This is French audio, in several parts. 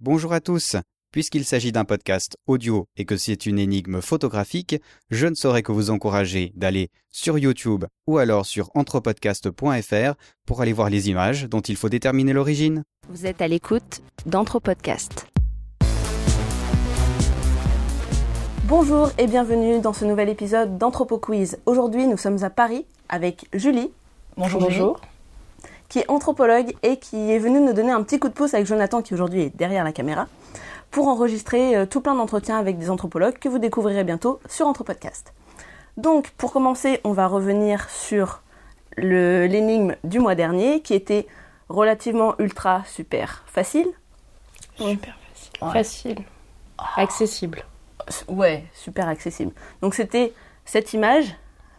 Bonjour à tous. Puisqu'il s'agit d'un podcast audio et que c'est une énigme photographique, je ne saurais que vous encourager d'aller sur YouTube ou alors sur anthropodcast.fr pour aller voir les images dont il faut déterminer l'origine. Vous êtes à l'écoute d'Anthropodcast. Bonjour et bienvenue dans ce nouvel épisode d'Anthropo Quiz. Aujourd'hui, nous sommes à Paris avec Julie. Bonjour. Qui est anthropologue et qui est venue nous donner un petit coup de pouce avec Jonathan qui aujourd'hui est derrière la caméra pour enregistrer tout plein d'entretiens avec des anthropologues que vous découvrirez bientôt sur Anthropodcast. Donc pour commencer, on va revenir sur l'énigme du mois dernier qui était relativement ultra super facile. Super facile. Ouais. Facile. Accessible. Ouais, super accessible. Donc c'était cette image.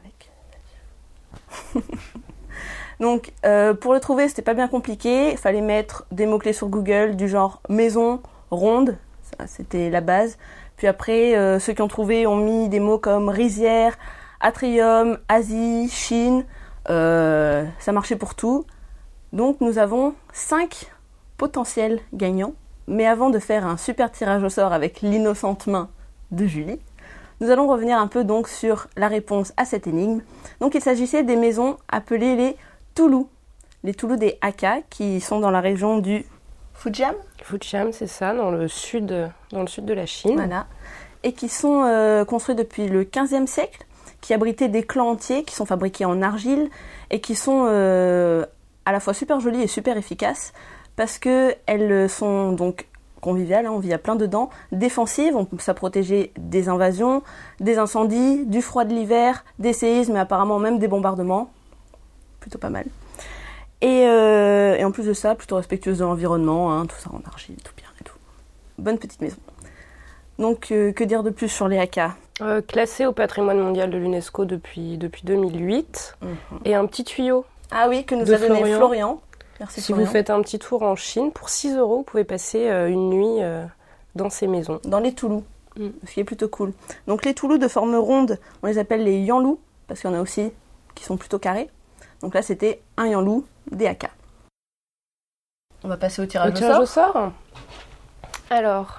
Donc pour le trouver, c'était pas bien compliqué. Il fallait mettre des mots-clés sur Google du genre maison, ronde. Ça, c'était la base. Puis après, ceux qui ont trouvé ont mis des mots comme rizière, atrium, Asie, Chine. Ça marchait pour tout. Donc nous avons 5 potentiels gagnants. Mais avant de faire un super tirage au sort avec l'innocente main de Julie, nous allons revenir un peu donc sur la réponse à cette énigme. Donc il s'agissait des maisons appelées les Toulous. Les Toulous des Hakka qui sont dans la région du Fujian. Fujian, c'est ça, dans le sud de la Chine. Voilà. Et qui sont construits depuis le XVe siècle, qui abritaient des clans entiers, qui sont fabriqués en argile et qui sont à la fois super jolies et super efficaces parce qu'elles sont donc conviviales, on vit à plein dedans, défensives, ça protégeait des invasions, des incendies, du froid de l'hiver, des séismes et apparemment même des bombardements. Plutôt pas mal. Et en plus de ça, plutôt respectueuse de l'environnement, tout ça en argile, tout bien et tout. Bonne petite maison. Donc, que dire de plus sur les Hakka ? Classé au patrimoine mondial de l'UNESCO depuis 2008. Et un petit tuyau. Ah oui, que nous a donné Florian. Merci si Florian. Vous faites un petit tour en Chine, pour 6 €, vous pouvez passer une nuit dans ces maisons. Dans les Toulous, ce qui est plutôt cool. Donc les Toulous de forme ronde, on les appelle les Yanlou, parce qu'il y en a aussi qui sont plutôt carrés. Donc là, c'était un Yanlou des Hakka. On va passer au tirage au sort. Alors,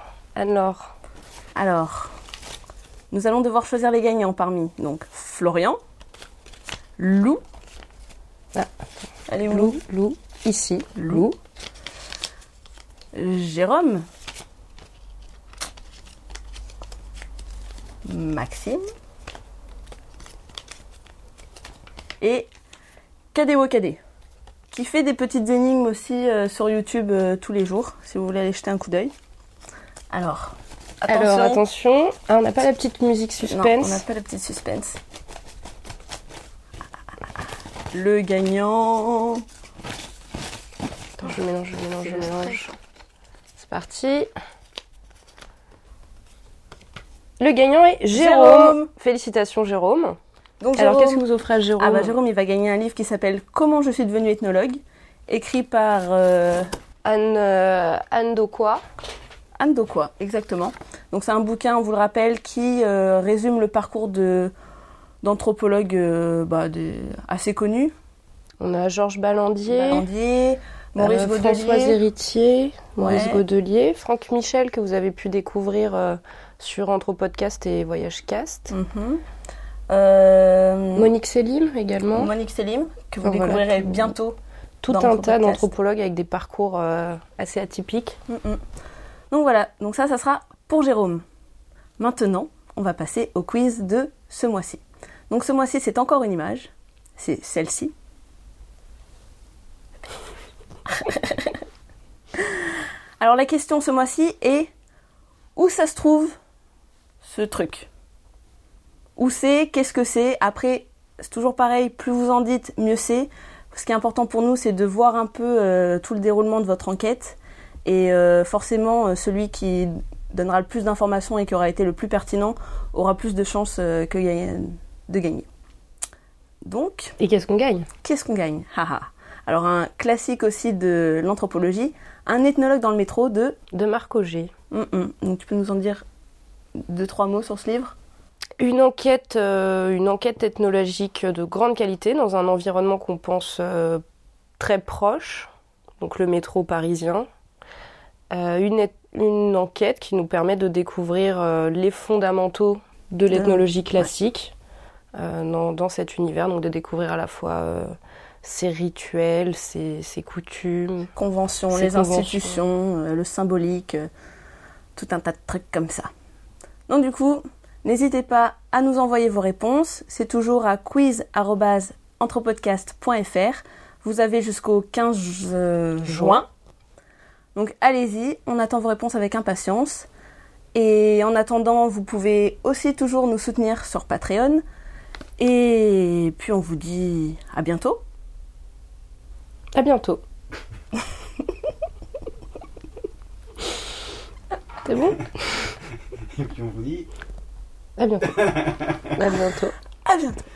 nous allons devoir choisir les gagnants parmi donc Florian, Lou. Allez, Lou. Ici, Lou. Jérôme. Maxime. Et Kadewokade, qui fait des petites énigmes aussi sur YouTube tous les jours, si vous voulez aller jeter un coup d'œil. Alors, attention. Ah, on n'a pas la petite musique suspense. Non, on n'a pas la petite suspense. Le gagnant... Attends, je mélange. C'est parti. Le gagnant est Jérôme. Félicitations Jérôme. Donc, alors qu'est-ce que vous offrez à Jérôme ? Jérôme, il va gagner un livre qui s'appelle « Comment je suis devenue ethnologue », écrit par Anne Dokwa. Anne Dokwa, exactement. Donc c'est un bouquin, on vous le rappelle, qui résume le parcours d'anthropologues assez connus. On a Georges Ballandier, Maurice Godelier, Françoise Héritier, Maurice Godelier, Franck Michel que vous avez pu découvrir sur Anthropodcast et Voyagecast. Monique Selim également. Monique Selim, que vous découvrirez bientôt. Tout un tas d'anthropologues avec des parcours assez atypiques. Donc voilà, donc ça sera pour Jérôme. Maintenant, on va passer au quiz de ce mois-ci. Donc ce mois-ci, c'est encore une image. C'est celle-ci. Alors la question ce mois-ci est où ça se trouve ce truc ? Où c'est ? Qu'est-ce que c'est ? Après, c'est toujours pareil, plus vous en dites, mieux c'est. Ce qui est important pour nous, c'est de voir un peu tout le déroulement de votre enquête. Et forcément, celui qui donnera le plus d'informations et qui aura été le plus pertinent aura plus de chances de gagner. Donc... Et qu'est-ce qu'on gagne ? Alors un classique aussi de l'anthropologie, un ethnologue dans le métro de Marc Auger. Donc tu peux nous en dire 2-3 mots sur ce livre ? Une enquête ethnologique de grande qualité dans un environnement qu'on pense très proche, donc le métro parisien. Une une enquête qui nous permet de découvrir les fondamentaux de l'ethnologie classique dans cet univers, donc de découvrir à la fois ses rituels, ses coutumes, conventions, les institutions, le symbolique, tout un tas de trucs comme ça. Donc du coup, n'hésitez pas à nous envoyer vos réponses, c'est toujours à quiz@anthropodcast.fr. Vous avez jusqu'au 15 juin. Donc allez-y, on attend vos réponses avec impatience. Et en attendant, vous pouvez aussi toujours nous soutenir sur Patreon. Et puis on vous dit à bientôt. À bientôt. C'est bon ? Et puis on vous dit à bientôt. À bientôt. À bientôt.